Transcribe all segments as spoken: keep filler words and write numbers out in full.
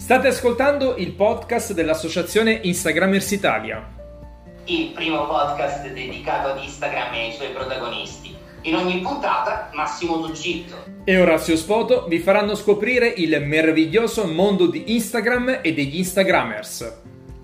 State ascoltando il podcast dell'associazione Instagrammers Italia. Il primo podcast dedicato ad Instagram e ai suoi protagonisti. In ogni puntata Massimo D'Ugitto e Orazio Spoto vi faranno scoprire il meraviglioso mondo di Instagram e degli Instagrammers.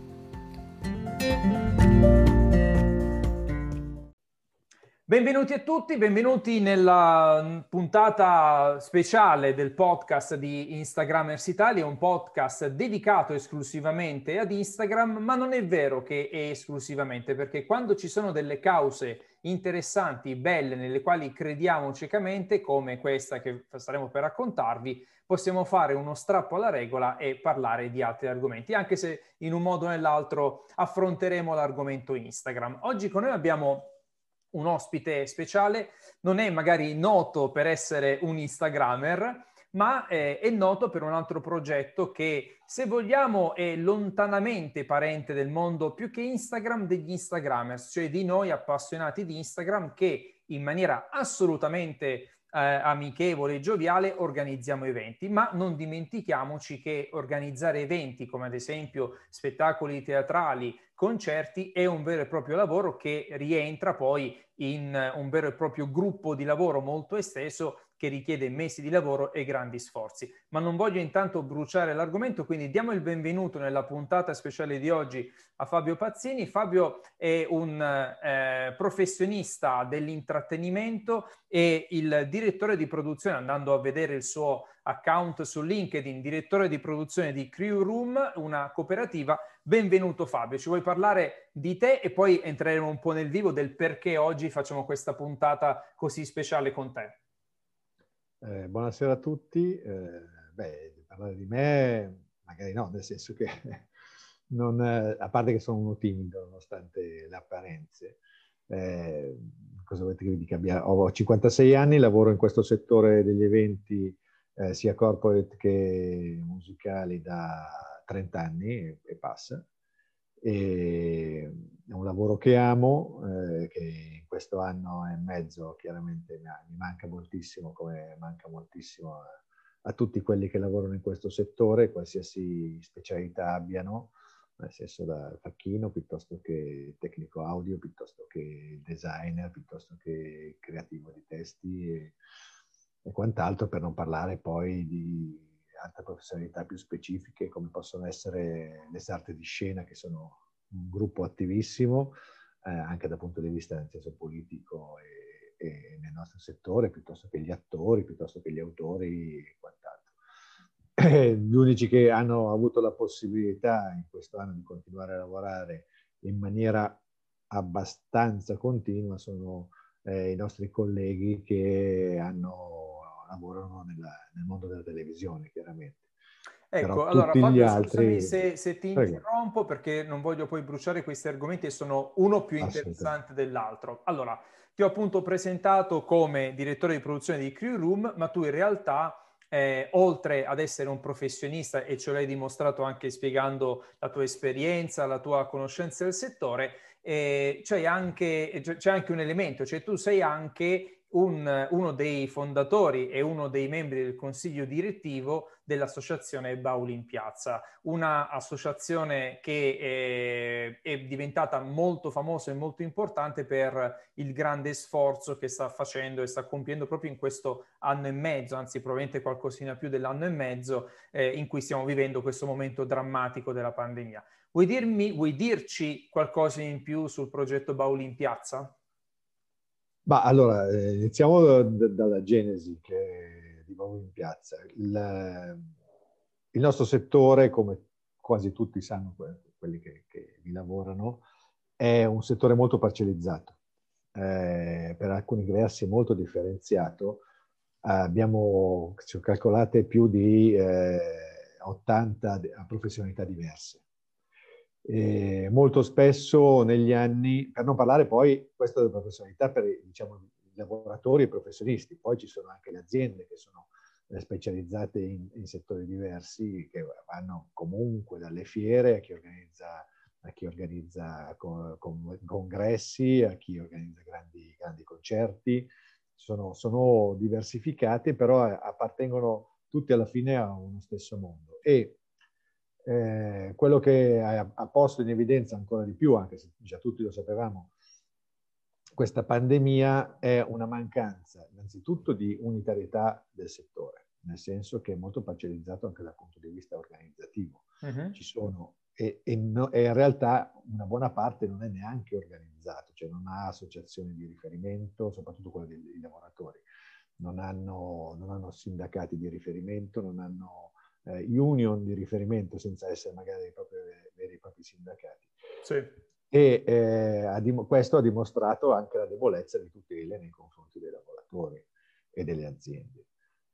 Benvenuti a tutti, benvenuti nella puntata speciale del podcast di Instagrammers Italia, un podcast dedicato esclusivamente ad Instagram, ma non è vero che è esclusivamente, perché quando ci sono delle cause interessanti, belle, nelle quali crediamo ciecamente, come questa che staremo per raccontarvi, possiamo fare uno strappo alla regola e parlare di altri argomenti, anche se in un modo o nell'altro affronteremo l'argomento Instagram. Oggi con noi abbiamo un ospite speciale, non è magari noto per essere un Instagrammer, ma eh, è noto per un altro progetto che, se vogliamo, è lontanamente parente del mondo, più che Instagram, degli Instagrammers, cioè di noi appassionati di Instagram che in maniera assolutamente eh, amichevole e gioviale organizziamo eventi, ma non dimentichiamoci che organizzare eventi come ad esempio spettacoli teatrali, concerti è un vero e proprio lavoro che rientra poi in un vero e proprio gruppo di lavoro molto esteso che richiede mesi di lavoro e grandi sforzi. Ma non voglio intanto bruciare l'argomento, quindi diamo il benvenuto nella puntata speciale di oggi a Fabio Pazzini. Fabio è un eh, professionista dell'intrattenimento e il direttore di produzione, andando a vedere il suo account su LinkedIn, direttore di produzione di Crew Room, una cooperativa. Benvenuto Fabio, ci vuoi parlare di te e poi entreremo un po' nel vivo del perché oggi facciamo questa puntata così speciale con te. Eh, buonasera a tutti. Eh, beh, parlare di me, magari no, nel senso che non, eh, a parte che sono uno timido nonostante le apparenze. Eh, cosa volete che vi dica? Abbia, ho cinquantasei anni, lavoro in questo settore degli eventi eh, sia corporate che musicali da trenta anni e, e passa. E è un lavoro che amo, eh, che in questo anno e mezzo chiaramente mi, mi manca moltissimo, come manca moltissimo a, a tutti quelli che lavorano in questo settore, qualsiasi specialità abbiano, nel senso da facchino, piuttosto che tecnico audio, piuttosto che designer, piuttosto che creativo di testi e, e quant'altro, per non parlare poi di altre professionalità più specifiche come possono essere le arti di scena, che sono un gruppo attivissimo eh, anche dal punto di vista nel senso politico e, e nel nostro settore, piuttosto che gli attori, piuttosto che gli autori e quant'altro. Gli unici che hanno avuto la possibilità in questo anno di continuare a lavorare in maniera abbastanza continua sono eh, i nostri colleghi che hanno lavorano nella, nel mondo della televisione, chiaramente. Ecco, Però allora tutti Fabio, gli altri... scusami se, se ti Prego. interrompo perché non voglio poi bruciare questi argomenti e sono uno più interessante dell'altro. Allora, ti ho appunto presentato come direttore di produzione di Crew Room, ma tu in realtà, eh, oltre ad essere un professionista, e ce l'hai dimostrato anche spiegando la tua esperienza, la tua conoscenza del settore, eh, c'è anche, c'è anche un elemento, cioè tu sei anche Un, uno dei fondatori e uno dei membri del consiglio direttivo dell'associazione Bauli in Piazza, una associazione che è, è diventata molto famosa e molto importante per il grande sforzo che sta facendo e sta compiendo proprio in questo anno e mezzo, anzi probabilmente qualcosina più dell'anno e mezzo eh, in cui stiamo vivendo questo momento drammatico della pandemia. Vuoi dirmi, vuoi dirci qualcosa in più sul progetto Bauli in Piazza? Ma allora, eh, iniziamo da, dalla genesi che di Bauli in Piazza. Il, il nostro settore, come quasi tutti sanno, quelli che, che vi lavorano, è un settore molto parcellizzato, eh, per alcuni versi molto differenziato. Eh, abbiamo, ci ho calcolate, più di eh, ottanta professionalità diverse. E molto spesso negli anni, per non parlare poi, questo delle professionalità per diciamo, i lavoratori e i professionisti, poi ci sono anche le aziende che sono eh, specializzate in, in settori diversi, che vanno comunque dalle fiere a chi organizza, a chi organizza con, con, congressi, a chi organizza grandi, grandi concerti, sono, sono diversificate, però appartengono tutti alla fine a uno stesso mondo. E Eh, quello che ha, ha posto in evidenza ancora di più, anche se già tutti lo sapevamo, questa pandemia è una mancanza innanzitutto di unitarietà del settore, nel senso che è molto parcellizzato anche dal punto di vista organizzativo. Uh-huh. Ci sono, e, e, no, e in realtà una buona parte non è neanche organizzato, cioè non ha associazioni di riferimento, soprattutto quelle dei, dei lavoratori, non hanno, non hanno sindacati di riferimento, non hanno eh, union di riferimento senza essere magari dei propri, veri e propri sindacati. Sì. E eh, ha dim- questo ha dimostrato anche la debolezza di tutele nei confronti dei lavoratori e delle aziende.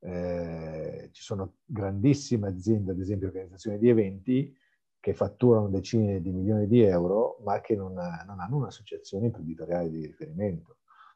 Eh, ci sono grandissime aziende, ad esempio organizzazioni di eventi, che fatturano decine di milioni di euro, ma che non, ha, non hanno un'associazione imprenditoriale di riferimento.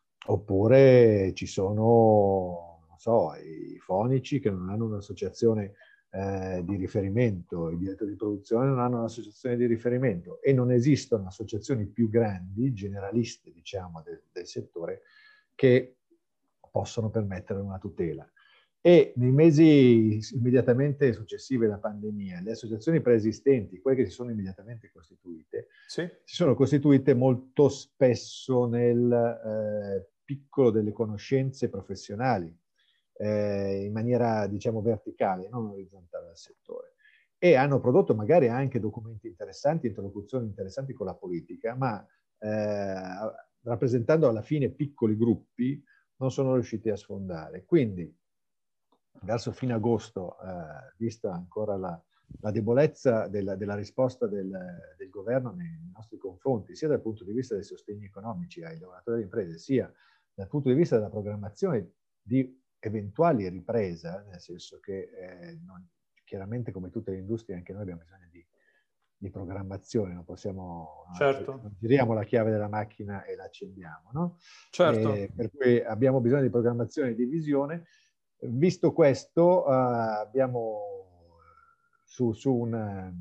Oppure ci sono, non so, i fonici che non hanno un'associazione eh, di riferimento, i direttori di produzione non hanno un'associazione di riferimento e non esistono associazioni più grandi, generaliste, diciamo, del, del settore, che possono permettere una tutela. E nei mesi immediatamente successivi alla pandemia, le associazioni preesistenti, quelle che si sono immediatamente costituite, sì. si sono costituite molto spesso nel eh, piccolo delle conoscenze professionali, eh, in maniera, diciamo, verticale, non orizzontale al settore. E hanno prodotto magari anche documenti interessanti, interlocuzioni interessanti con la politica, ma eh, rappresentando alla fine piccoli gruppi, non sono riusciti a sfondare. Quindi, verso fine agosto, eh, vista ancora la, la debolezza della, della risposta del, del governo nei, nei nostri confronti, sia dal punto di vista dei sostegni economici ai lavoratori e imprese, sia dal punto di vista della programmazione di eventuali ripresa, nel senso che eh, non, chiaramente come tutte le industrie anche noi abbiamo bisogno di, di programmazione, non possiamo, certo. non giriamo la chiave della macchina e la accendiamo, no? Certo. Eh, per cui abbiamo bisogno di programmazione e di visione. Visto questo, uh, abbiamo su, su un,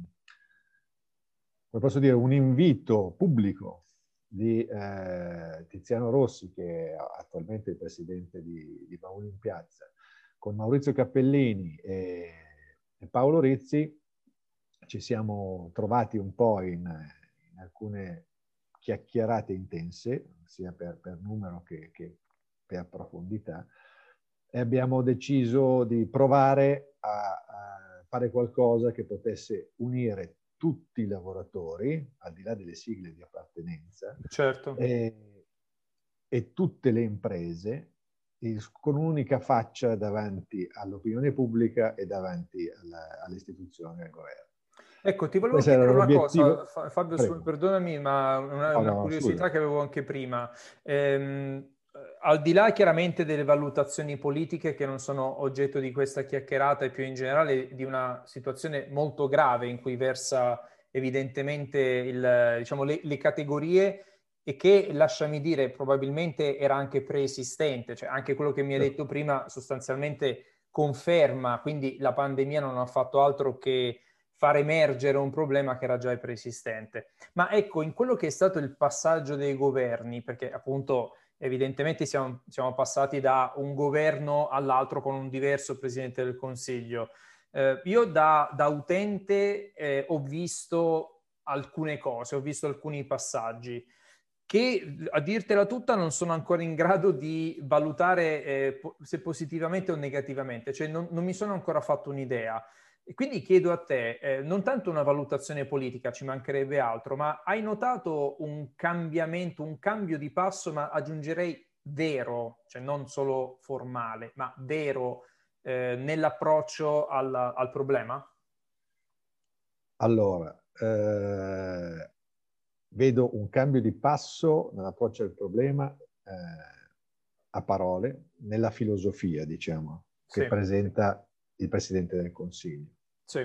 come posso dire, un invito pubblico di eh, Tiziano Rossi, che è attualmente il presidente di, di Bauli in Piazza, con Maurizio Cappellini e, e Paolo Rizzi, ci siamo trovati un po' in, in alcune chiacchierate intense, sia per, per numero che, che per profondità, e abbiamo deciso di provare a, a fare qualcosa che potesse unire tutti i lavoratori, al di là delle sigle di appartenenza, certo. e, e tutte le imprese, con un'unica faccia davanti all'opinione pubblica e davanti alla, alle istituzioni e al governo. Ecco, ti volevo Questo era chiedere una l'obiettivo. cosa, Fabio, Prego. perdonami, ma una, No, una no, curiosità scusa. che avevo anche prima. Ehm, al di là chiaramente delle valutazioni politiche che non sono oggetto di questa chiacchierata e più in generale di una situazione molto grave in cui versa evidentemente il, diciamo, le, le categorie e che, lasciami dire, probabilmente era anche preesistente, cioè anche quello che mi hai detto prima sostanzialmente conferma, quindi la pandemia non ha fatto altro che far emergere un problema che era già preesistente. Ma ecco, in quello che è stato il passaggio dei governi, perché appunto evidentemente siamo, siamo passati da un governo all'altro con un diverso Presidente del Consiglio, eh, io da, da utente eh, ho visto alcune cose, ho visto alcuni passaggi che, a dirtela tutta, non sono ancora in grado di valutare eh, po- se positivamente o negativamente, cioè non, non mi sono ancora fatto un'idea. E quindi chiedo a te, eh, non tanto una valutazione politica, ci mancherebbe altro, ma hai notato un cambiamento, un cambio di passo, ma aggiungerei vero, cioè non solo formale, ma vero eh, nell'approccio al, al problema? Allora, eh, vedo un cambio di passo nell'approccio al problema eh, a parole, nella filosofia, diciamo, che Sì. presenta il Presidente del Consiglio. Sì.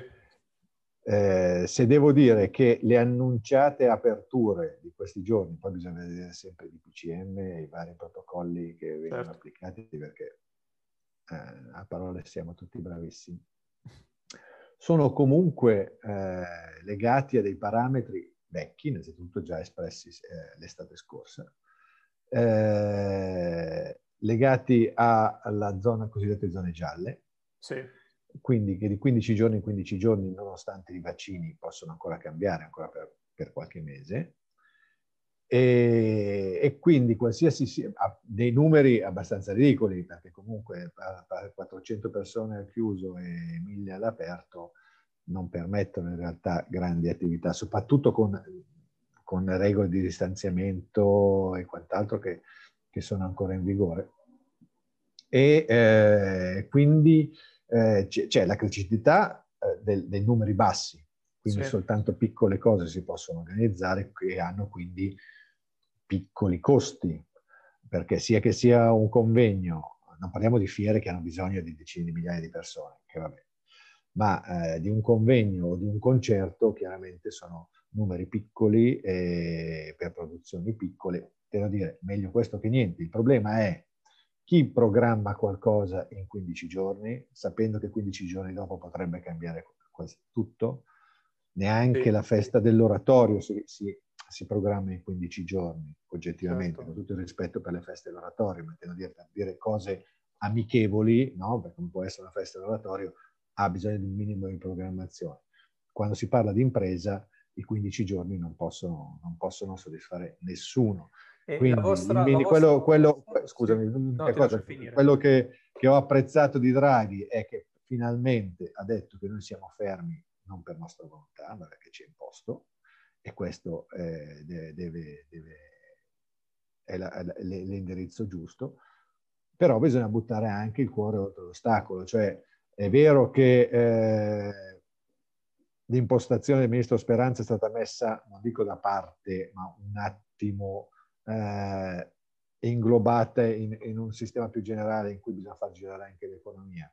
Eh, se devo dire che le annunciate aperture di questi giorni, poi bisogna vedere sempre i P C M e i vari protocolli che vengono Certo. applicati, perché eh, a parole siamo tutti bravissimi, sono comunque eh, legati a dei parametri vecchi, innanzitutto già espressi eh, l'estate scorsa, eh, legati a, alla zona cosiddette zone gialle, Sì. quindi che di quindici giorni in quindici giorni, nonostante i vaccini, possono ancora cambiare ancora per, per qualche mese. E, e quindi qualsiasi ha dei numeri abbastanza ridicoli, perché comunque quattrocento persone al chiuso e mille all'aperto non permettono in realtà grandi attività, soprattutto con, con regole di distanziamento e quant'altro che, che sono ancora in vigore. E eh, quindi eh, c'è la criticità eh, del, dei numeri bassi, quindi sì, soltanto piccole cose si possono organizzare che hanno quindi piccoli costi, perché sia che sia un convegno, non parliamo di fiere che hanno bisogno di decine di migliaia di persone, che vabbè, ma eh, di un convegno o di un concerto chiaramente sono numeri piccoli e per produzioni piccole, devo dire, meglio questo che niente. Il problema è chi programma qualcosa in quindici giorni, sapendo che quindici giorni dopo potrebbe cambiare quasi tutto, neanche sì, la festa dell'oratorio si, si, si programma in quindici giorni, oggettivamente, certo, con tutto il rispetto per le feste dell'oratorio, ma intendo dire, per dire cose amichevoli, no? Perché come può essere una festa dell'oratorio, ha bisogno di un minimo di programmazione. Quando si parla di impresa, i quindici giorni non possono, non possono soddisfare nessuno. E quindi, la vostra, quindi la quello, vostra... quello, scusami, sì, no, cosa, quello che, che ho apprezzato di Draghi è che finalmente ha detto che noi siamo fermi non per nostra volontà, ma perché ci è imposto, e questo eh, deve, deve, deve, è, la, è l'indirizzo giusto, però bisogna buttare anche il cuore oltre l'ostacolo, cioè è vero che eh, l'impostazione del ministro Speranza è stata messa, non dico da parte, ma un attimo eh, inglobata in, in un sistema più generale in cui bisogna far girare anche l'economia.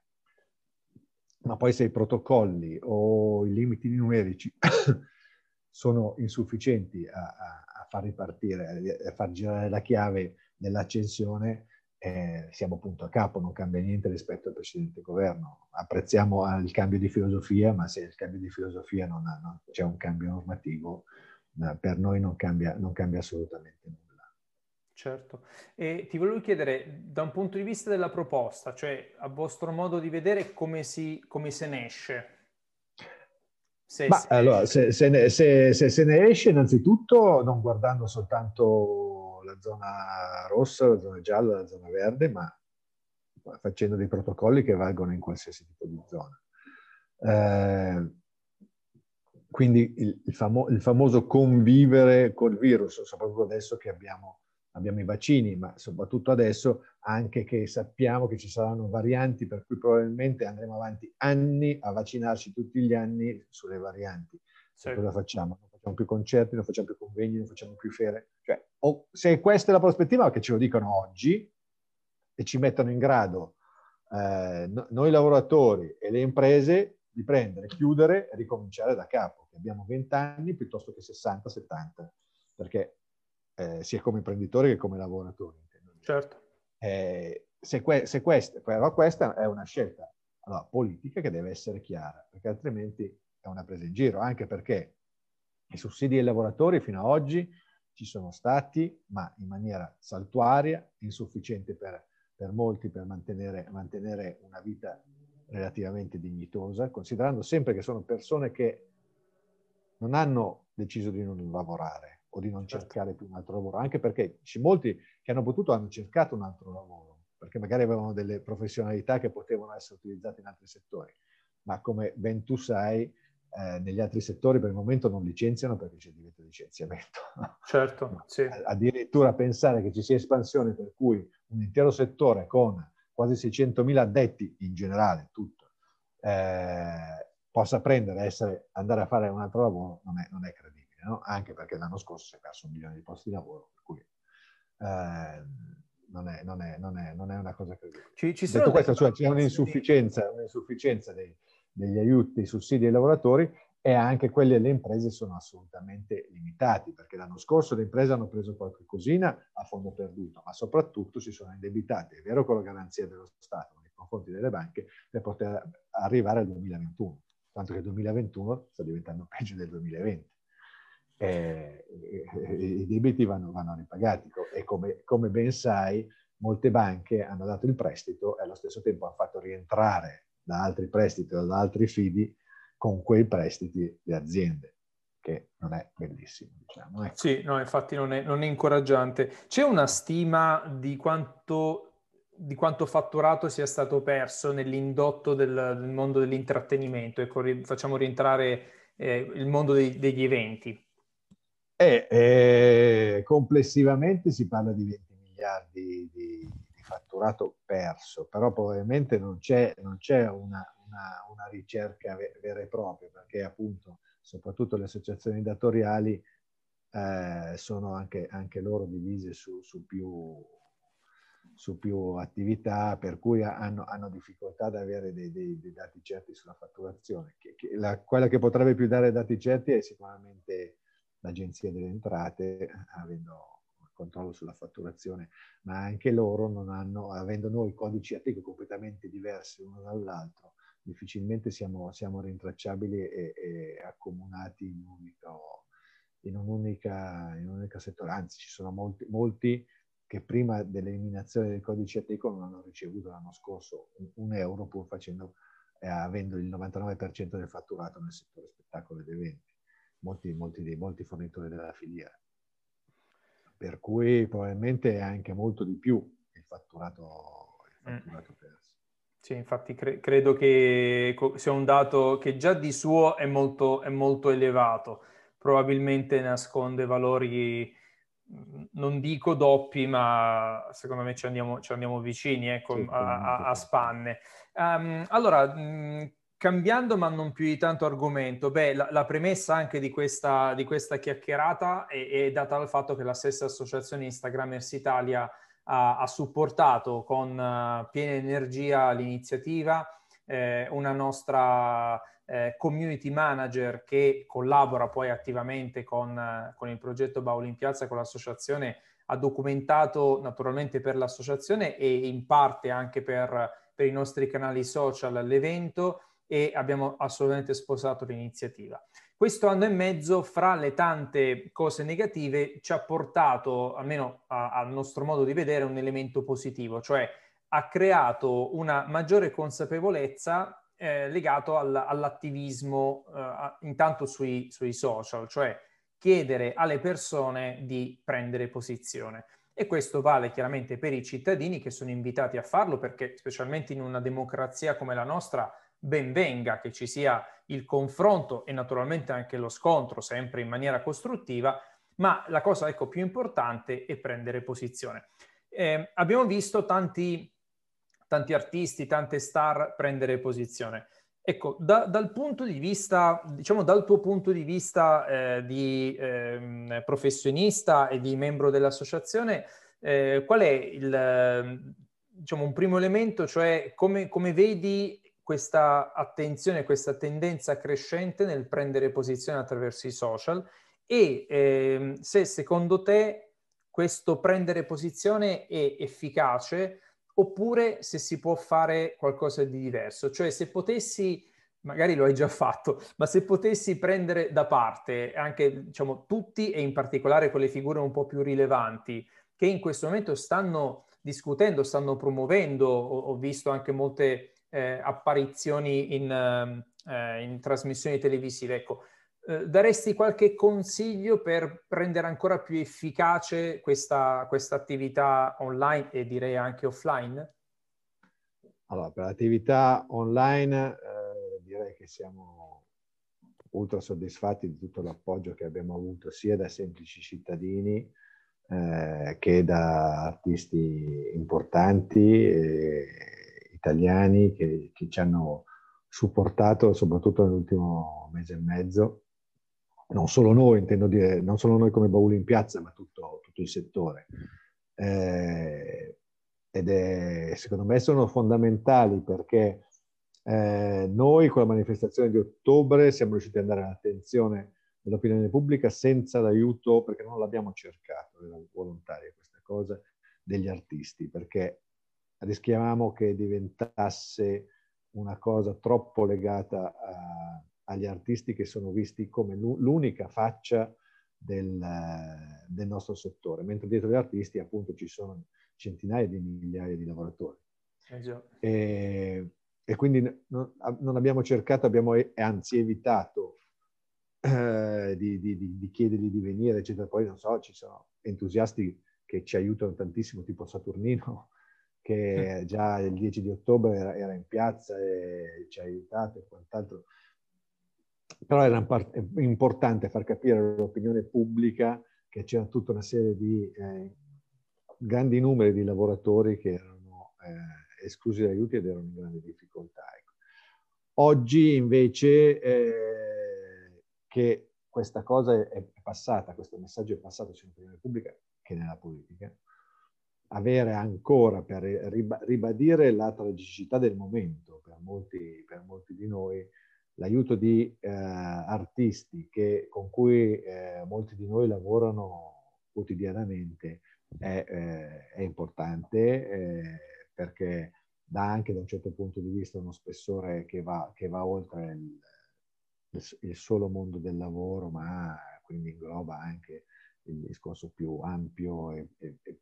Ma poi se i protocolli o i limiti numerici sono insufficienti a, a, a far ripartire, a far girare la chiave dell'accensione, eh, siamo punto a capo, non cambia niente rispetto al precedente governo. Apprezziamo il cambio di filosofia, ma se il cambio di filosofia non, non c'è un cambio normativo, eh, per noi non cambia, non cambia assolutamente nulla. Certo. E ti volevo chiedere, da un punto di vista della proposta, cioè a vostro modo di vedere come, si, come se ne esce? Se Ma se allora, esce. se, se, ne, se, se se ne esce innanzitutto non guardando soltanto la zona rossa, la zona gialla, la zona verde, ma facendo dei protocolli che valgono in qualsiasi tipo di zona. Eh, quindi il, il, famo, il famoso convivere col virus, soprattutto adesso che abbiamo, abbiamo i vaccini, ma soprattutto adesso anche che sappiamo che ci saranno varianti per cui probabilmente andremo avanti anni a vaccinarci tutti gli anni sulle varianti. Sì. Cosa facciamo? Non facciamo più concerti, non facciamo più convegni, non facciamo più fiere. Cioè, o, se questa è la prospettiva, che ce lo dicano oggi e ci mettano in grado eh, no, noi lavoratori e le imprese di prendere, chiudere e ricominciare da capo, che abbiamo venti anni piuttosto che sessanta settanta, perché eh, sia come imprenditori che come lavoratori. Certo. Eh, se, que se questa, però questa è una scelta allora, politica che deve essere chiara, perché altrimenti è una presa in giro, anche perché i sussidi ai lavoratori fino ad oggi ci sono stati, ma in maniera saltuaria, insufficiente per, per molti per mantenere, mantenere una vita relativamente dignitosa, considerando sempre che sono persone che non hanno deciso di non lavorare o di non certo. cercare più un altro lavoro, anche perché ci molti che hanno potuto hanno cercato un altro lavoro, perché magari avevano delle professionalità che potevano essere utilizzate in altri settori, ma come ben tu sai, eh, negli altri settori per il momento non licenziano perché c'è divieto di licenziamento. Certo, sì. Addirittura pensare che ci sia espansione per cui un intero settore con quasi seicentomila addetti in generale, tutto, eh, possa prendere, essere, andare a fare un altro lavoro, non è, non è credibile, no? Anche perché l'anno scorso si è perso un milione di posti di lavoro, per cui eh, non, è, non, è, non, è, non è una cosa credibile. Ci, ci Detto questo, cioè, c'è un'insufficienza, un'insufficienza dei, degli aiuti, dei sussidi ai lavoratori, e anche quelli alle imprese sono assolutamente limitati, perché l'anno scorso le imprese hanno preso qualche cosina a fondo perduto, ma soprattutto si sono indebitate, è vero, con la garanzia dello Stato nei confronti delle banche, per poter arrivare al duemilaventuno, tanto che il duemilaventuno sta diventando peggio del duemilaventi. Eh, i debiti vanno, vanno ripagati e come, come ben sai molte banche hanno dato il prestito e allo stesso tempo hanno fatto rientrare da altri prestiti o da altri fidi con quei prestiti le aziende, che non è bellissimo, diciamo. Ecco. Sì, no, infatti non è, non è incoraggiante. C'è una stima di quanto, di quanto fatturato sia stato perso nell'indotto del, del mondo dell'intrattenimento? Ecco, ri- facciamo rientrare eh, il mondo dei- degli eventi. E eh, complessivamente si parla di venti miliardi di, di fatturato perso, però probabilmente non c'è, non c'è una, una, una ricerca ve- vera e propria, perché appunto soprattutto le associazioni datoriali eh, sono anche, anche loro divise su, su, più, su più attività, per cui hanno, hanno difficoltà ad avere dei, dei, dei dati certi sulla fatturazione. Che, che la, quella che potrebbe più dare dati certi è sicuramente l'Agenzia delle Entrate, avendo il controllo sulla fatturazione, ma anche loro non hanno, avendo noi codici A T I C completamente diversi uno dall'altro, difficilmente siamo, siamo rintracciabili e, e accomunati in, unico, in, un'unica, in un'unica settore. Anzi, ci sono molti, molti che prima dell'eliminazione del codice A T I C non hanno ricevuto l'anno scorso un, un euro, pur facendo, eh, avendo il novantanove per cento del fatturato nel settore spettacolo ed eventi. Molti, molti, dei, molti fornitori della filiera. Per cui probabilmente è anche molto di più il fatturato, il fatturato mm. perso. Sì, infatti cre- credo che sia un dato che già di suo è molto, è molto elevato, probabilmente nasconde valori, non dico doppi, ma secondo me ci andiamo, ci andiamo vicini, ecco, sì, a, a, a spanne. Um, allora, mh, cambiando ma non più di tanto argomento, beh, la, la premessa anche di questa, di questa chiacchierata è, è data dal fatto che la stessa associazione Instagramers Italia ha, ha supportato con uh, piena energia l'iniziativa, eh, una nostra eh, community manager che collabora poi attivamente con, uh, con il progetto Bauli in Piazza, con l'associazione, ha documentato naturalmente per l'associazione e in parte anche per, per i nostri canali social l'evento, e abbiamo assolutamente sposato l'iniziativa. Questo anno e mezzo, fra le tante cose negative, ci ha portato, almeno a, al nostro modo di vedere, un elemento positivo, cioè ha creato una maggiore consapevolezza eh, legato all, all'attivismo eh, intanto sui, sui social, cioè chiedere alle persone di prendere posizione. E questo vale chiaramente per i cittadini che sono invitati a farlo, perché specialmente in una democrazia come la nostra ben venga che ci sia il confronto e naturalmente anche lo scontro, sempre in maniera costruttiva, ma la cosa, ecco, più importante è prendere posizione. Eh, abbiamo visto tanti, tanti artisti, tante star prendere posizione. Ecco, da, dal punto di vista, diciamo dal tuo punto di vista eh, di eh, professionista e di membro dell'associazione, eh, qual è il, diciamo, un primo elemento, cioè come, come vedi questa attenzione, questa tendenza crescente nel prendere posizione attraverso i social, e ehm, se secondo te questo prendere posizione è efficace, oppure se si può fare qualcosa di diverso. Cioè, se potessi, magari lo hai già fatto, ma se potessi prendere da parte anche, diciamo, tutti, e in particolare quelle figure un po' più rilevanti che in questo momento stanno discutendo, stanno promuovendo, ho, ho visto anche molte eh, apparizioni in, eh, in trasmissioni televisive, ecco, eh, daresti qualche consiglio per rendere ancora più efficace questa, questa attività online e direi anche offline? Allora, per l'attività online eh, direi che siamo ultra soddisfatti di tutto l'appoggio che abbiamo avuto sia da semplici cittadini eh, che da artisti importanti eh, italiani che, che ci hanno supportato soprattutto nell'ultimo mese e mezzo. Non solo noi, intendo dire, non solo noi come Bauli in Piazza, ma tutto, tutto il settore. Eh, ed è, secondo me sono fondamentali perché eh, noi con la manifestazione di ottobre siamo riusciti ad andare all'attenzione dell'opinione pubblica senza l'aiuto, perché non l'abbiamo cercato, era volontaria questa cosa, degli artisti, perché rischiavamo che diventasse una cosa troppo legata a, agli artisti che sono visti come l'unica faccia del, del nostro settore, mentre dietro gli artisti appunto ci sono centinaia di migliaia di lavoratori. Eh già. E, e quindi non, non abbiamo cercato, abbiamo anzi evitato eh, di, di, di chiedergli di venire, eccetera. Poi non so, ci sono entusiasti che ci aiutano tantissimo, tipo Saturnino, che già il dieci di ottobre era, era in piazza e ci ha aiutato e quant'altro. Però era importante far capire all'opinione pubblica che c'era tutta una serie di eh, grandi numeri di lavoratori che erano eh, esclusi dagli aiuti ed erano in grande difficoltà. Ecco. Oggi invece eh, che questa cosa è passata, questo messaggio è passato sia nell'opinione pubblica che nella politica, avere ancora per ribadire la tragicità del momento per molti, per molti di noi, l'aiuto di eh, artisti che, con cui eh, molti di noi lavorano quotidianamente è, eh, è importante eh, perché dà anche da un certo punto di vista uno spessore che va, che va oltre il, il, il solo mondo del lavoro, ma quindi ingloba anche il discorso più ampio e, e, e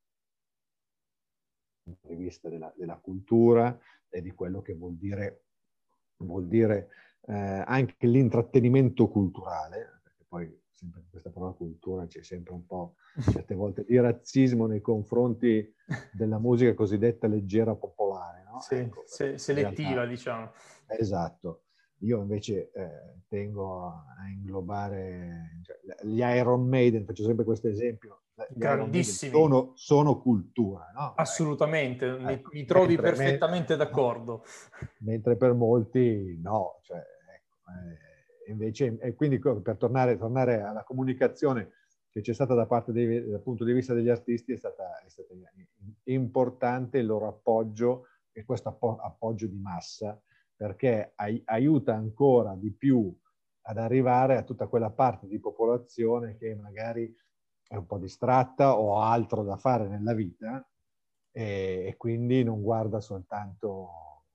dal punto di vista della, della cultura e di quello che vuol dire, vuol dire eh, anche l'intrattenimento culturale, perché poi sempre in questa parola cultura c'è sempre un po' certe volte di razzismo nei confronti della musica cosiddetta leggera popolare, no? Sì, Ecco, se, selettiva, realtà, diciamo. Esatto. Io invece eh, tengo a inglobare cioè, gli Iron Maiden, faccio sempre questo esempio, gli Iron Maiden sono, sono cultura, no? Assolutamente, ecco. mi, Ecco. mi trovi mentre perfettamente me, d'accordo. Mentre per molti no. Cioè, ecco, eh, invece, e quindi per tornare, tornare alla comunicazione che c'è stata da parte dei, dal punto di vista degli artisti, è stata, è stata importante il loro appoggio e questo appoggio di massa, perché ai, aiuta ancora di più ad arrivare a tutta quella parte di popolazione che magari è un po' distratta o ha altro da fare nella vita e, e quindi non guarda soltanto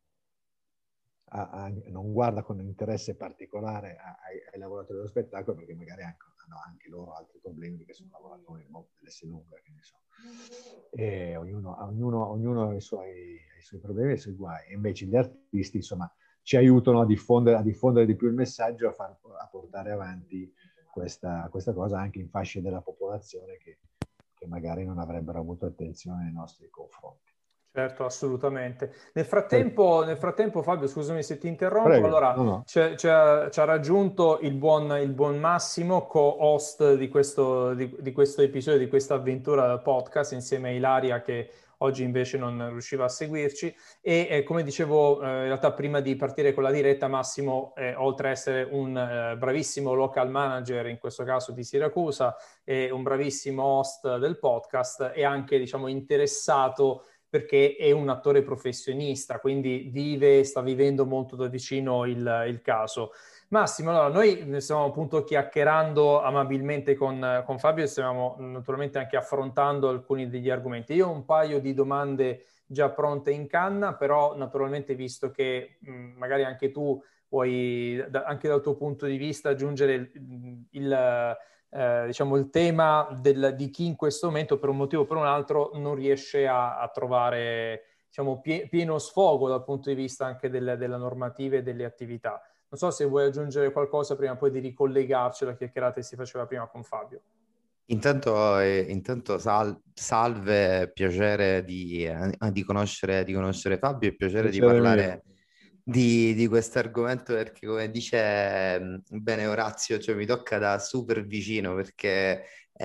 a, a, non guarda con interesse particolare ai, ai lavoratori dello spettacolo, perché magari anche, hanno anche loro altri problemi, perché sono lavoratori dell'S lunga, che ne so. E ognuno, ognuno, ognuno ha, i suoi, ha i suoi problemi e i suoi guai. E invece gli artisti, insomma, ci aiutano a diffondere, a diffondere di più il messaggio, a, far, a portare avanti questa, questa cosa anche in fasce della popolazione che, che magari non avrebbero avuto attenzione nei nostri confronti. Certo, assolutamente. Nel frattempo, nel frattempo Fabio, scusami se ti interrompo, Prego, allora no, no. ci ha raggiunto il buon, il buon Massimo, co-host di questo, di, di questo episodio, di questa avventura podcast, insieme a Ilaria che oggi invece non riusciva a seguirci e eh, come dicevo eh, in realtà prima di partire con la diretta, Massimo, eh, oltre a essere un eh, bravissimo local manager, in questo caso di Siracusa, e un bravissimo host del podcast, è anche, diciamo, interessato perché è un attore professionista, quindi vive, sta vivendo molto da vicino il, il caso. Massimo, allora noi stiamo appunto chiacchierando amabilmente con, con Fabio e stiamo naturalmente anche affrontando alcuni degli argomenti. Io ho un paio di domande già pronte in canna, però naturalmente visto che mh, magari anche tu vuoi, da, anche dal tuo punto di vista, aggiungere il, il eh, diciamo, il tema del, di chi in questo momento per un motivo o per un altro non riesce a, a trovare, diciamo, pie, pieno sfogo dal punto di vista anche delle, della normativa e delle attività. Non so se vuoi aggiungere qualcosa prima poi di ricollegarci alla chiacchierata che si faceva prima con Fabio. Intanto, eh, intanto sal- salve, piacere di, eh, di conoscere, di conoscere Fabio e piacere, piacere di parlare di, di questo argomento perché come dice mh, bene Orazio, cioè mi tocca da super vicino perché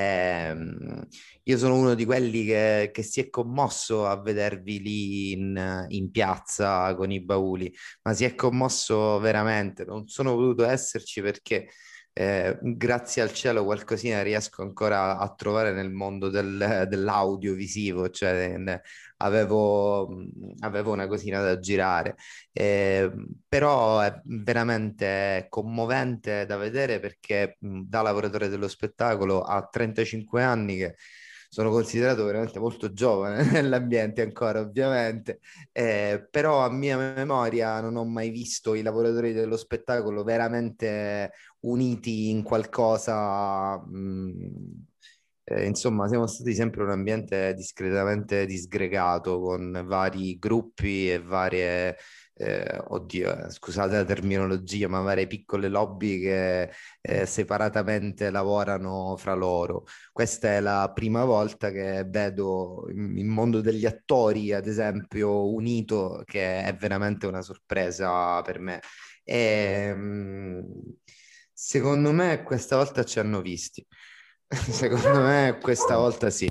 ehm, io sono uno di quelli che, che si è commosso a vedervi lì in, in piazza con i bauli, ma si è commosso veramente, non sono potuto esserci perché eh, grazie al cielo qualcosina riesco ancora a trovare nel mondo del, dell'audiovisivo, cioè ne, avevo, avevo una cosina da girare, eh, però è veramente commovente da vedere perché mh, da lavoratore dello spettacolo a trentacinque anni che sono considerato veramente molto giovane nell'ambiente ancora ovviamente, eh, però a mia memoria non ho mai visto i lavoratori dello spettacolo veramente uniti in qualcosa, mh, eh, insomma siamo stati sempre un ambiente discretamente disgregato con vari gruppi e varie, eh, oddio, scusate la terminologia, ma varie piccole lobby che eh, separatamente lavorano fra loro. Questa è la prima volta che vedo il mondo degli attori, ad esempio, unito, che è veramente una sorpresa per me. E, mh, secondo me questa volta ci hanno visti. Secondo me questa volta sì.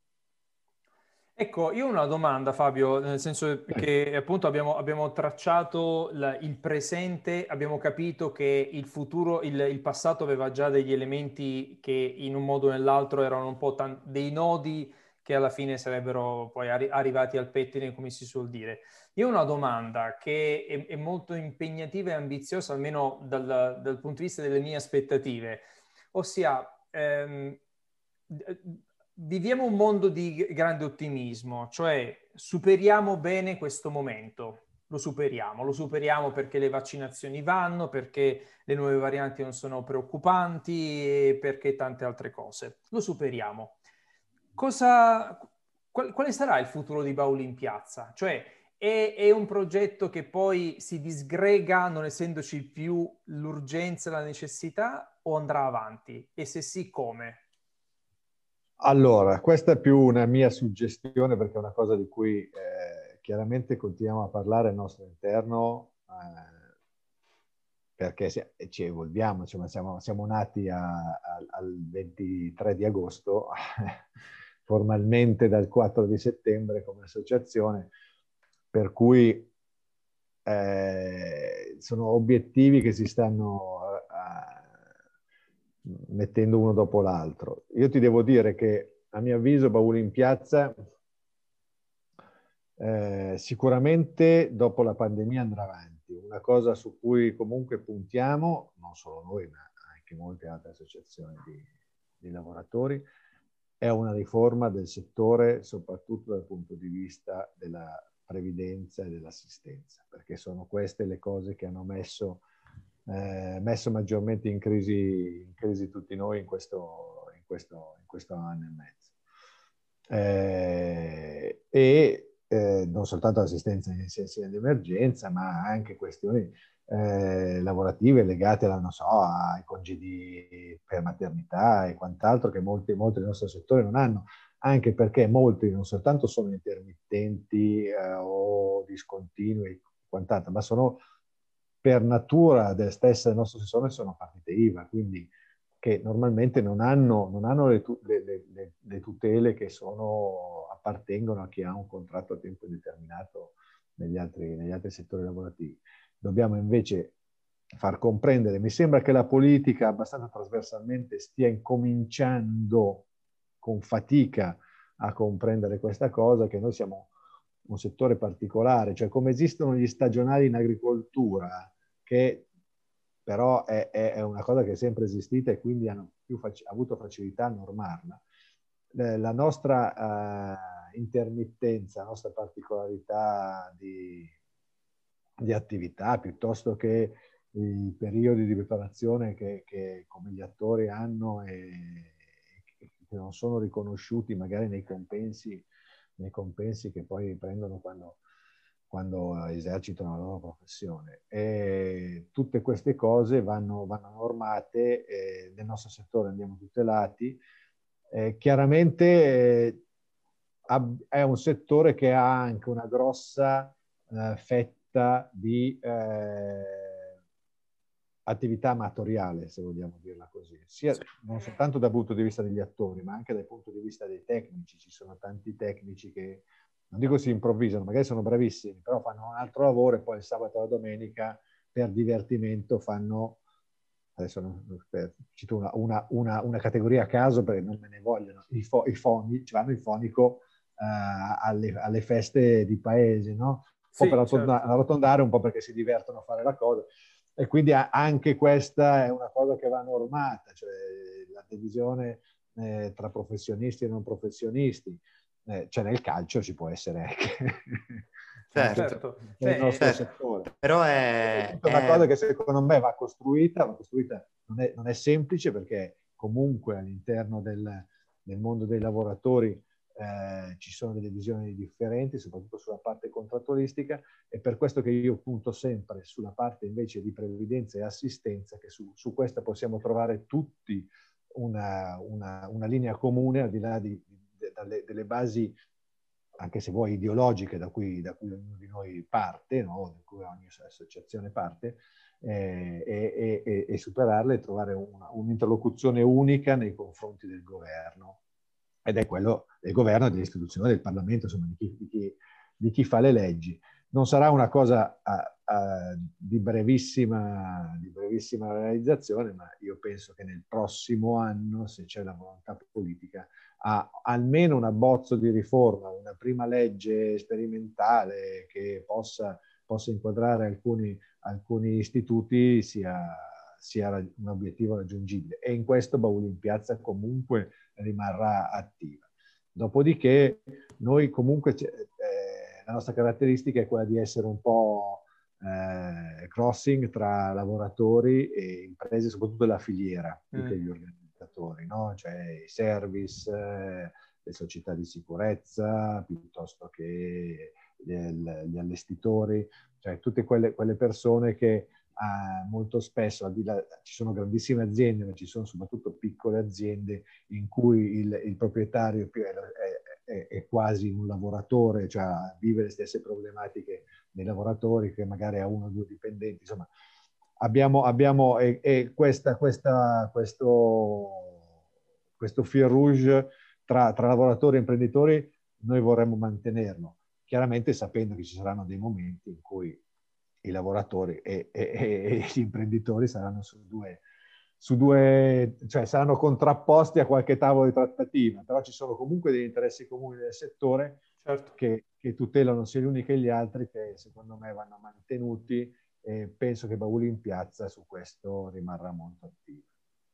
Ecco, io ho una domanda, Fabio, nel senso che appunto abbiamo, abbiamo tracciato la- il presente, abbiamo capito che il futuro, il, il passato aveva già degli elementi che in un modo o nell'altro erano un po' tan- dei nodi che alla fine sarebbero poi arri- arrivati al pettine, come si suol dire. Io ho una domanda che è, è molto impegnativa e ambiziosa, almeno dal, dal punto di vista delle mie aspettative, ossia... ehm, viviamo un mondo di grande ottimismo, cioè superiamo bene questo momento, lo superiamo, lo superiamo perché le vaccinazioni vanno, perché le nuove varianti non sono preoccupanti e perché tante altre cose. Lo superiamo. Cosa, qual, quale sarà il futuro di Bauli in piazza? Cioè è, è un progetto che poi si disgrega non essendoci più l'urgenza e la necessità o andrà avanti? E se sì, come? Allora, questa è più una mia suggestione perché è una cosa di cui eh, chiaramente continuiamo a parlare al nostro interno eh, perché si- ci evolviamo, insomma, siamo, siamo nati a- a- al ventitré di agosto, formalmente dal quattro di settembre come associazione, per cui eh, sono obiettivi che si stanno eh, mettendo uno dopo l'altro. Io ti devo dire che a mio avviso Bauli in piazza eh, sicuramente dopo la pandemia andrà avanti. Una cosa su cui comunque puntiamo, non solo noi, ma anche molte altre associazioni di, di lavoratori, è una riforma del settore, soprattutto dal punto di vista della previdenza e dell'assistenza, perché sono queste le cose che hanno messo, eh, messo maggiormente in crisi, in crisi tutti noi in questo, in questo, in questo anno e mezzo. Eh, e eh, non soltanto l'assistenza in sensi di emergenza, ma anche questioni eh, lavorative legate alla, non so, ai congedi per maternità e quant'altro che molti, molti del nostro settore non hanno, anche perché molti non soltanto sono intermittenti eh, o discontinui e quant'altro, ma sono per natura del stessa del nostro settore sono partite I V A, quindi che normalmente non hanno, non hanno le, tu, le, le, le tutele che sono, appartengono a chi ha un contratto a tempo indeterminato negli altri, negli altri settori lavorativi. Dobbiamo invece far comprendere, mi sembra che la politica abbastanza trasversalmente stia incominciando con fatica a comprendere questa cosa, che noi siamo un settore particolare, cioè come esistono gli stagionali in agricoltura, che però è, è, è una cosa che è sempre esistita e quindi hanno più fac- avuto facilità a normarla. Eh, la nostra eh, intermittenza, la nostra particolarità di, di attività, piuttosto che i periodi di preparazione che, che come gli attori hanno e che non sono riconosciuti magari nei compensi, nei compensi che poi prendono quando, quando esercitano la loro professione. E tutte queste cose vanno, vanno normate, eh, nel nostro settore andiamo tutelati. Eh, chiaramente eh, è un settore che ha anche una grossa eh, fetta di eh, attività amatoriale, se vogliamo dirla così, sia non soltanto dal punto di vista degli attori, ma anche dal punto di vista dei tecnici. Ci sono tanti tecnici che, non dico si improvvisano, magari sono bravissimi, però fanno un altro lavoro e poi il sabato e la domenica per divertimento fanno, adesso non, per, cito una, una, una, una categoria a caso perché non me ne vogliono, i, fo, i foni, ci vanno il fonico uh, alle, alle feste di paese, no? Un po' per Sì, certo. arrotondare, un po' perché si divertono a fare la cosa. E quindi anche questa è una cosa che va normata, cioè la divisione eh, tra professionisti e non professionisti. Eh, cioè nel calcio ci può essere anche, Certo, Certo. nel Cioè, nostro certo. settore. Però È è, tutta una è... cosa che secondo me va costruita, va costruita non, è, non è semplice perché comunque all'interno del, del mondo dei lavoratori eh, ci sono delle visioni differenti, soprattutto sulla parte contrattualistica, e per questo che io punto sempre sulla parte invece di previdenza e assistenza, che su, su questa possiamo trovare tutti una, una, una linea comune, al di là di, di, dalle, delle basi, anche se vuoi ideologiche, da cui, da cui ognuno di noi parte, no? Da cui ogni associazione parte, eh, e, e, e superarle e trovare una, un'interlocuzione unica nei confronti del governo. Ed è quello del governo, delle istituzioni, del Parlamento, insomma, di chi, di chi, di chi fa le leggi. Non sarà una cosa a, a, di, brevissima, di brevissima realizzazione, ma io penso che nel prossimo anno, se c'è la volontà politica, a almeno un abbozzo di riforma, una prima legge sperimentale che possa, possa inquadrare alcuni, alcuni istituti sia, sia un obiettivo raggiungibile. E in questo Bauli in Piazza comunque rimarrà attiva. Dopodiché noi comunque, eh, la nostra caratteristica è quella di essere un po' eh, crossing tra lavoratori e imprese, soprattutto della filiera, più mm. che gli organizzatori, no? Cioè i service, eh, le società di sicurezza, piuttosto che gli, gli allestitori, cioè tutte quelle, quelle persone che Uh, molto spesso, al di là, ci sono grandissime aziende, ma ci sono soprattutto piccole aziende in cui il, il proprietario è, è, è quasi un lavoratore, cioè vive le stesse problematiche dei lavoratori, che magari ha uno o due dipendenti. Insomma, abbiamo, abbiamo e, e questa, questa, questo, questo fil rouge tra, tra lavoratori e imprenditori noi vorremmo mantenerlo, chiaramente sapendo che ci saranno dei momenti in cui i lavoratori e, e, e gli imprenditori saranno su due, su due, cioè saranno contrapposti a qualche tavolo di trattativa, però ci sono comunque degli interessi comuni del settore, certo, che, che tutelano sia gli uni che gli altri, che secondo me vanno mantenuti, e penso che Bauli in Piazza su questo rimarrà molto attivo.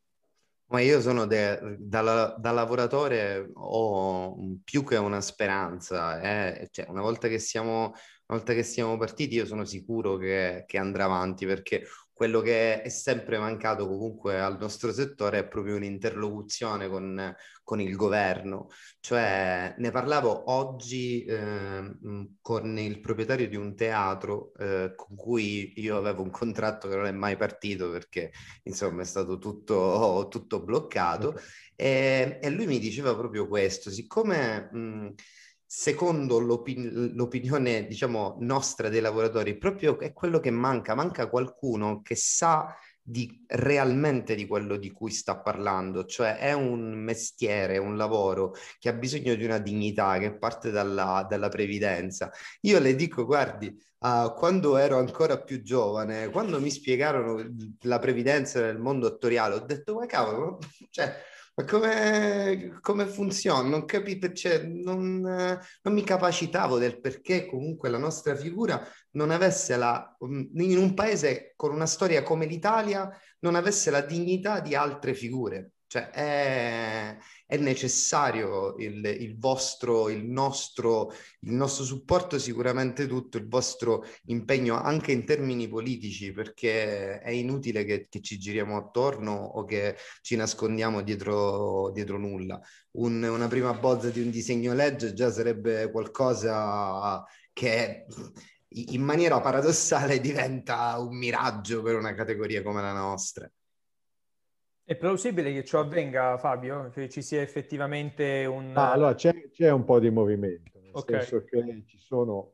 Ma io sono de, da, da lavoratore ho più che una speranza, eh. Cioè, una volta che siamo, una volta che siamo partiti io sono sicuro che, che andrà avanti, perché quello che è sempre mancato comunque al nostro settore è proprio un'interlocuzione con, con il governo. Cioè, ne parlavo oggi eh, con il proprietario di un teatro eh, con cui io avevo un contratto che non è mai partito perché insomma è stato tutto, tutto bloccato, okay. e, e lui mi diceva proprio questo, siccome mh, secondo l'opin- l'opinione, diciamo, nostra dei lavoratori, proprio è quello che manca, manca qualcuno che sa di, realmente di quello di cui sta parlando, cioè è un mestiere, un lavoro che ha bisogno di una dignità che parte dalla, dalla previdenza. Io le dico, guardi, Uh, quando ero ancora più giovane, quando mi spiegarono la previdenza nel mondo attoriale, ho detto, ma cavolo, cioè, ma come, come funziona? Non capivo, cioè, non, non mi capacitavo del perché comunque la nostra figura non avesse la, in un paese con una storia come l'Italia, non avesse la dignità di altre figure. Cioè è, è necessario il, il vostro, il nostro, il nostro supporto, sicuramente tutto, il vostro impegno anche in termini politici, perché è inutile che, che ci giriamo attorno o che ci nascondiamo dietro, dietro nulla. Un, una prima bozza di un disegno legge già sarebbe qualcosa che in maniera paradossale diventa un miraggio per una categoria come la nostra. È plausibile che ciò avvenga, Fabio? Che ci sia effettivamente un... Ah, allora c'è, c'è un po' di movimento, nel okay. senso che ci sono,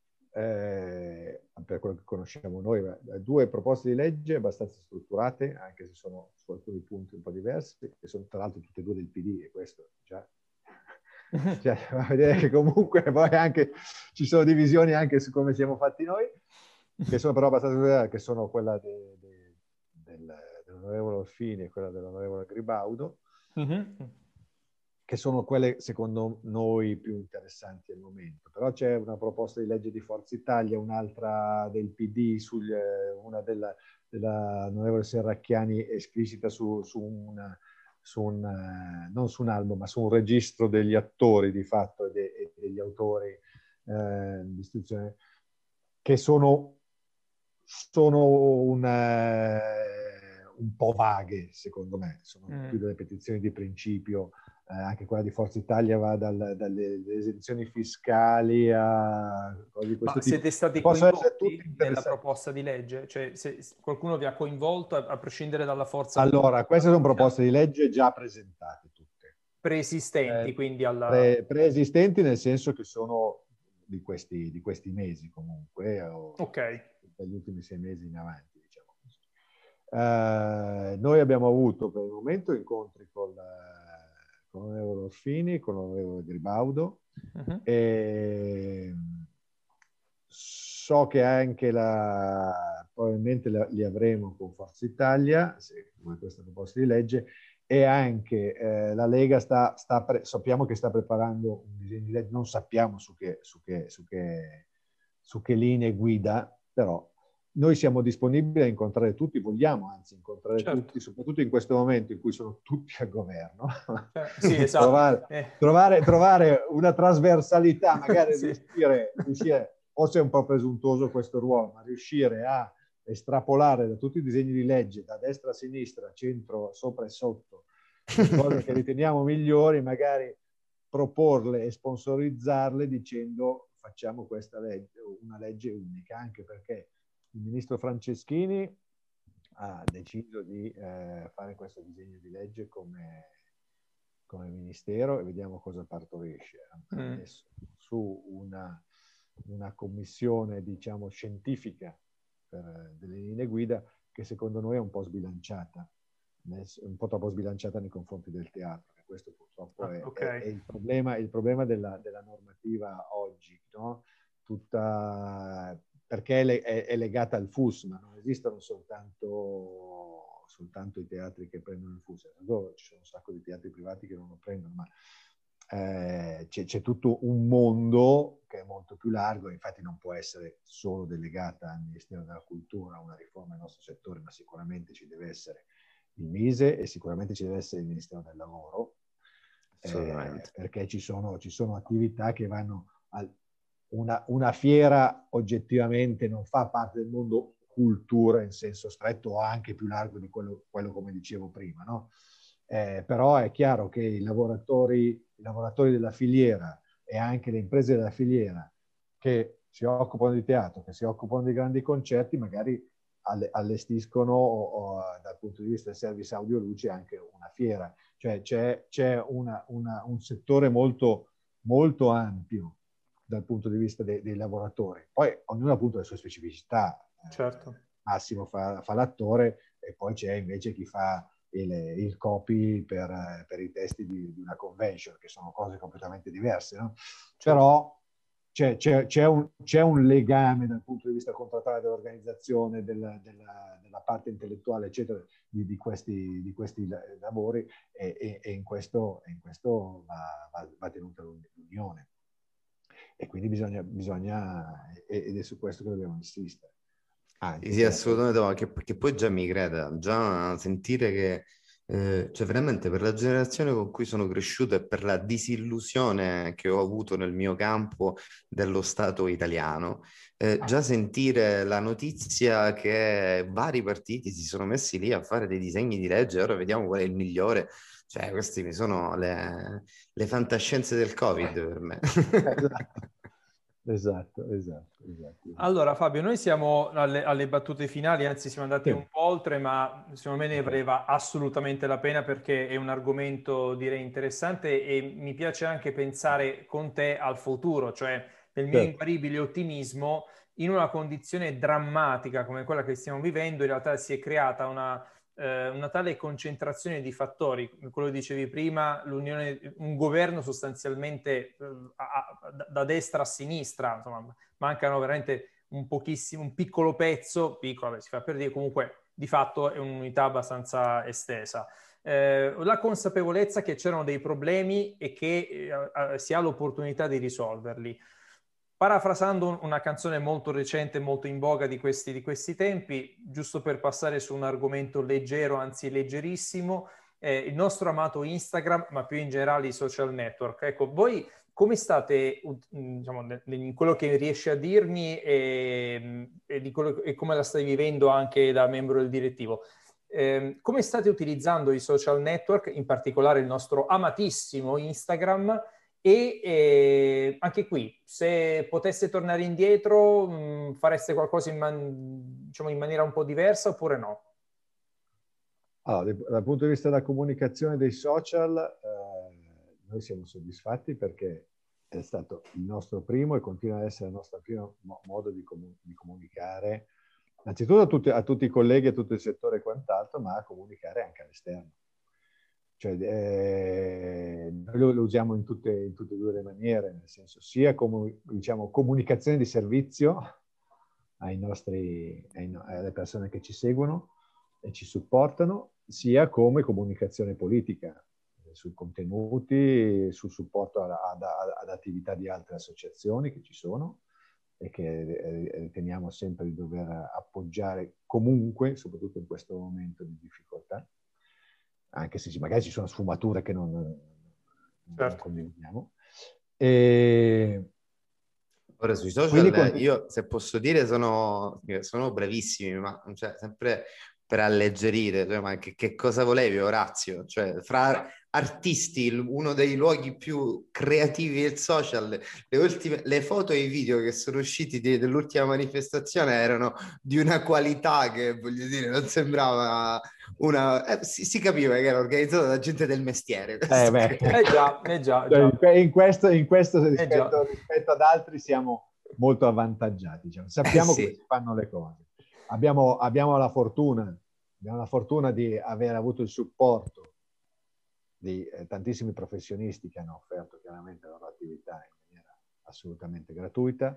eh, per quello che conosciamo noi, due proposte di legge abbastanza strutturate, anche se sono su alcuni punti un po' diversi, che sono tra l'altro tutte e due del P D, e questo già... cioè, va a vedere che comunque poi anche ci sono divisioni anche su come siamo fatti noi, che sono però abbastanza strutturate, che sono quella de, de, del... dell'onorevole Orfini e quella dell'onorevole Gribaudo, mm-hmm. che sono quelle secondo noi più interessanti al momento. Però c'è una proposta di legge di Forza Italia, un'altra del P D, sugli, una della, dell'onorevole Serracchiani esplicita su, su, una, su un, non su un album, ma su un registro degli attori di fatto e, de, e degli autori eh, di istituzione, che sono, sono un... Eh, un po' vaghe, secondo me, sono mm. più delle petizioni di principio eh, anche quella di Forza Italia va dal, dalle, dalle esenzioni fiscali a cose di questo Ma tipo. siete stati Possono essere coinvolti tutti nella interessanti. proposta di legge? Cioè, se se qualcuno vi ha coinvolto, a, a prescindere dalla forza Allora, queste sono proposte di legge già presentate tutte. preesistenti, Eh, quindi alla... pre, preesistenti nel senso che sono di questi, di questi mesi comunque, o Ok. dagli ultimi sei mesi in avanti, diciamo così. Eh, noi abbiamo avuto per il momento incontri con, eh, con l'onorevole Orfini, con l'onorevole Gribaudo, Uh-huh. e so che anche la, probabilmente la, li avremo con Forza Italia, se, come questa proposta di legge, e anche eh, la Lega sta, sta pre- sappiamo che sta preparando un disegno di legge, non sappiamo su che, su che, su che, su che linee guida, però noi siamo disponibili a incontrare tutti, vogliamo anzi incontrare Certo. tutti, soprattutto in questo momento in cui sono tutti al governo. Cioè, sì, esatto. trovare, Eh. trovare, trovare una trasversalità, magari Sì. riuscire, riuscire, forse è un po' presuntuoso questo ruolo, ma riuscire a estrapolare da tutti i disegni di legge, da destra a sinistra, centro, sopra e sotto, le cose che riteniamo migliori, magari proporle e sponsorizzarle dicendo facciamo questa legge, una legge unica, anche perché il ministro Franceschini ha deciso di eh, fare questo disegno di legge come, come ministero e vediamo cosa partorisce mm. adesso su una, una commissione, diciamo, scientifica per delle linee guida che secondo noi è un po' sbilanciata, un po' troppo sbilanciata nei confronti del teatro, che questo purtroppo è, ah, okay. è, è il problema, il problema della, della normativa oggi, no? Tutta, perché è, è, è legata al F U S, ma non esistono soltanto, soltanto i teatri che prendono il F U S, allora, ci sono un sacco di teatri privati che non lo prendono, ma eh, c'è, c'è tutto un mondo che è molto più largo, infatti non può essere solo delegata al Ministero della Cultura una riforma del nostro settore, ma sicuramente ci deve essere il Mise e sicuramente ci deve essere il Ministero del Lavoro, eh, perché ci sono, ci sono attività che vanno al, una, una fiera oggettivamente non fa parte del mondo cultura in senso stretto o anche più largo di quello, quello come dicevo prima, no? Eh, però è chiaro che i lavoratori, i lavoratori della filiera e anche le imprese della filiera che si occupano di teatro, che si occupano di grandi concerti, magari allestiscono o, o, dal punto di vista del service audio luce anche una fiera, cioè c'è, c'è una, una, un settore molto, molto ampio dal punto di vista dei, dei lavoratori, poi ognuno ha appunto le sue specificità. Certo. eh, Massimo fa, fa l'attore e poi c'è invece chi fa il, il copy per, per i testi di, di una convention, che sono cose completamente diverse, no? Certo. Però C'è, c'è, c'è, un, c'è un legame dal punto di vista contrattuale dell'organizzazione, della, della, della parte intellettuale, eccetera, di, di, questi, di questi lavori e, e, e in questo, in questo va, va, va tenuta l'unione. E quindi bisogna, bisogna, ed è su questo che dobbiamo insistere. Anche sì, assolutamente, ma che, che poi già mi creda, già sentire che Eh, cioè veramente per la generazione con cui sono cresciuto e per la disillusione che ho avuto nel mio campo dello Stato italiano, eh, già sentire la notizia che vari partiti si sono messi lì a fare dei disegni di legge e ora vediamo qual è il migliore, cioè queste mi sono le, le fantascienze del Covid per me. Esatto, esatto, esatto. Allora Fabio, noi siamo alle, alle battute finali, anzi siamo andati sì. un po' oltre, ma secondo me ne valeva assolutamente la pena perché è un argomento direi interessante e mi piace anche pensare con te al futuro, cioè nel mio certo. inguaribile ottimismo, in una condizione drammatica come quella che stiamo vivendo, in realtà si è creata una, eh, una tale concentrazione di fattori, quello che dicevi prima, l'unione, un governo sostanzialmente eh, a, a, da destra a sinistra, insomma, mancano veramente un pochissimo, un piccolo pezzo, piccolo, si fa per dire, comunque di fatto è un'unità abbastanza estesa. Eh, la consapevolezza che c'erano dei problemi e che eh, si ha l'opportunità di risolverli. Parafrasando una canzone molto recente, molto in voga di questi, di questi tempi, giusto per passare su un argomento leggero, anzi leggerissimo, eh, il nostro amato Instagram, ma più in generale i social network. Ecco, voi come state, diciamo, in quello che riesci a dirmi e, e, di quello, e come la stai vivendo anche da membro del direttivo, Eh, come state utilizzando i social network, in particolare il nostro amatissimo Instagram? E eh, anche qui, se poteste tornare indietro, mh, fareste qualcosa in, man- diciamo, in maniera un po' diversa oppure no? Allora, dal punto di vista della comunicazione dei social, eh, noi siamo soddisfatti perché è stato il nostro primo e continua ad essere il nostro primo mo- modo di, comu- di comunicare, innanzitutto a tutti, a tutti i colleghi, a tutto il settore e quant'altro, ma a comunicare anche all'esterno. Cioè, eh, noi lo, lo usiamo in tutte, in tutte e due le maniere, nel senso sia come, diciamo, comunicazione di servizio ai nostri, ai, alle persone che ci seguono e ci supportano, sia come comunicazione politica, eh, sui contenuti, sul supporto ad, ad, ad attività di altre associazioni che ci sono e che riteniamo sempre di dover appoggiare comunque, soprattutto in questo momento di difficoltà, anche se magari ci sono sfumature che non, certo. non condividiamo. E... Ora sui social, Quindi, io se posso dire sono, sono bravissimi, ma cioè, sempre per alleggerire, cioè, ma che, che cosa volevi Orazio? Cioè, fra artisti, uno dei luoghi più creativi del social, le, ultime, le foto e i video che sono usciti di, dell'ultima manifestazione erano di una qualità che, voglio dire, non sembrava una... Eh, si, si capiva che era organizzato da gente del mestiere. Eh, beh. eh già, eh già, già. Cioè, in questo, in questo rispetto, eh rispetto ad altri siamo molto avvantaggiati. Diciamo. Sappiamo eh sì. come si fanno le cose. Abbiamo, abbiamo, la fortuna, abbiamo la fortuna di aver avuto il supporto di eh, tantissimi professionisti che hanno offerto chiaramente la loro attività in maniera assolutamente gratuita,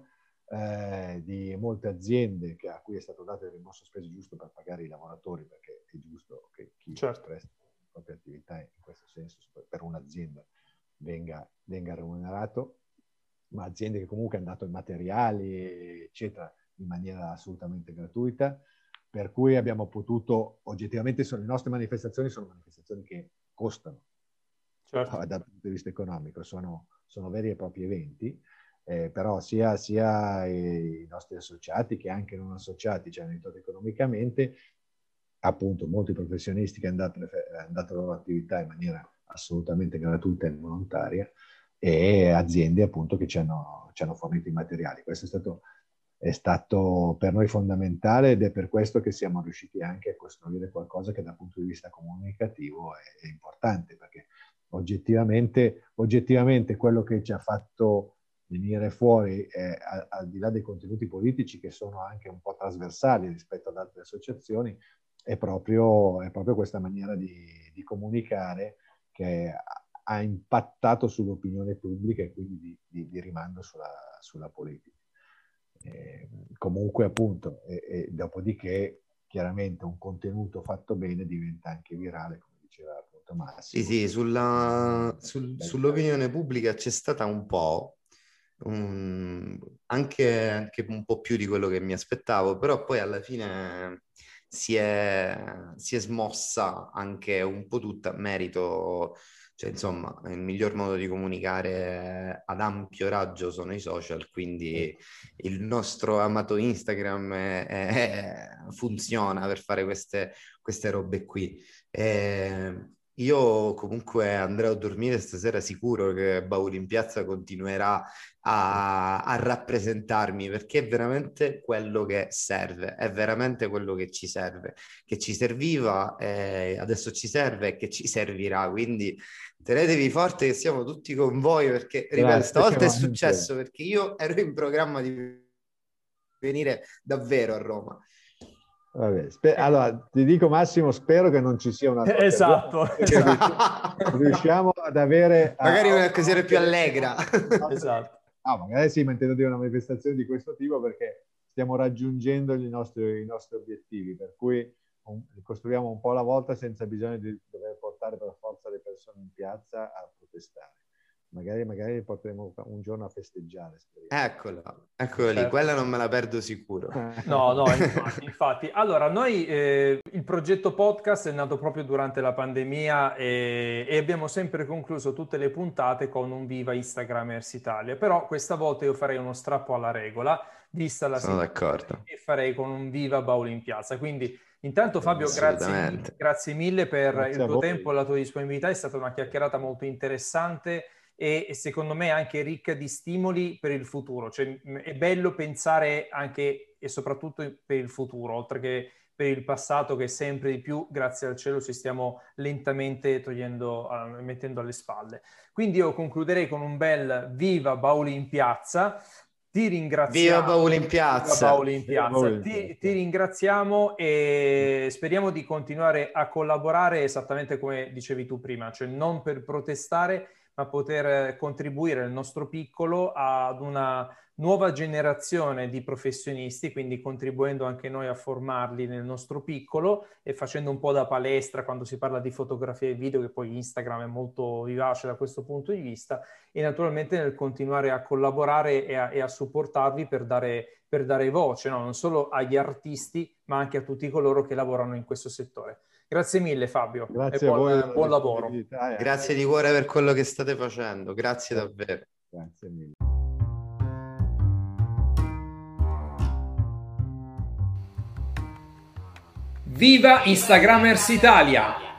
eh, di molte aziende che, a cui è stato dato il rimborso spese giusto per pagare i lavoratori, perché è giusto che chi certo. presta la propria attività in questo senso per un'azienda venga, venga remunerato, ma aziende che comunque hanno dato i materiali, eccetera, in maniera assolutamente gratuita, per cui abbiamo potuto, oggettivamente sono, le nostre manifestazioni sono manifestazioni che costano, certo. dal punto di vista economico, sono, sono veri e propri eventi, eh, però sia, sia i nostri associati che anche non associati ci hanno aiutato economicamente, appunto molti professionisti che hanno dato, hanno dato la loro attività in maniera assolutamente gratuita e volontaria, e aziende appunto che ci hanno, ci hanno fornito i materiali. Questo è stato, è stato per noi fondamentale ed è per questo che siamo riusciti anche a costruire qualcosa che dal punto di vista comunicativo è, è importante, perché oggettivamente, oggettivamente quello che ci ha fatto venire fuori, eh, al, al di là dei contenuti politici che sono anche un po' trasversali rispetto ad altre associazioni, è proprio, è proprio questa maniera di, di comunicare che ha impattato sull'opinione pubblica e quindi di, di, di rimando sulla, sulla politica. Eh, comunque appunto, e, e dopodiché chiaramente un contenuto fatto bene diventa anche virale, come diceva appunto Massimo. Sì, sì, sulla, sul, sull'opinione pubblica c'è stata un po', um, anche, anche un po' più di quello che mi aspettavo, però poi alla fine si è, si è smossa anche un po' tutta a merito. Cioè, insomma, il miglior modo di comunicare ad ampio raggio sono i social, quindi il nostro amato Instagram è, è, funziona per fare queste, queste robe qui. E io comunque andrò a dormire stasera sicuro che Bauli in Piazza continuerà a, a rappresentarmi, perché è veramente quello che serve, è veramente quello che ci serve, che ci serviva, eh, adesso ci serve e che ci servirà, quindi tenetevi forte che siamo tutti con voi, perché ripeto, stavolta è successo perché io ero in programma di venire davvero a Roma. Vabbè, sper- allora ti dico Massimo, spero che non ci sia una esatto, esatto. riusciamo ad avere magari a, un'occasione più allegra. Esatto. Ah, magari sì, ma intendo dire una manifestazione di questo tipo, perché stiamo raggiungendo i nostri, i nostri obiettivi, per cui un, costruiamo un po' alla volta senza bisogno di dover portare per forza le persone in piazza a protestare. Magari, magari porteremo un giorno a festeggiare. Eccola, eccola certo. lì, quella non me la perdo sicuro. No, no, infatti, infatti. Allora, noi eh, il progetto podcast è nato proprio durante la pandemia e, e abbiamo sempre concluso tutte le puntate con un viva Instagramers Italia, però questa volta io farei uno strappo alla regola, vista la Sono situazione, d'accordo. e farei con un viva Bauli in piazza. Quindi intanto Fabio, grazie, grazie mille per grazie il tuo tempo e la tua disponibilità, è stata una chiacchierata molto interessante e, e secondo me anche ricca di stimoli per il futuro. Cioè, è bello pensare anche e soprattutto per il futuro, oltre che per il passato che sempre di più, grazie al cielo, ci stiamo lentamente togliendo, uh, mettendo alle spalle. Quindi io concluderei con un bel viva Bauli in piazza. Ti ringraziamo. Viva Bauli in piazza. Viva Bauli in piazza. Bauli in piazza. Ti, ti ringraziamo e speriamo di continuare a collaborare esattamente come dicevi tu prima, cioè non per protestare, ma poter contribuire nel nostro piccolo ad una nuova generazione di professionisti, quindi contribuendo anche noi a formarli nel nostro piccolo e facendo un po' da palestra quando si parla di fotografia e video, che poi Instagram è molto vivace da questo punto di vista, e naturalmente nel continuare a collaborare e a, e a supportarvi per dare, per dare voce, no? Non solo agli artisti, ma anche a tutti coloro che lavorano in questo settore. Grazie mille Fabio. Grazie e buon, a voi, buon lavoro. Grazie di cuore per quello che state facendo, grazie davvero. Grazie mille. Viva Instagramers Italia!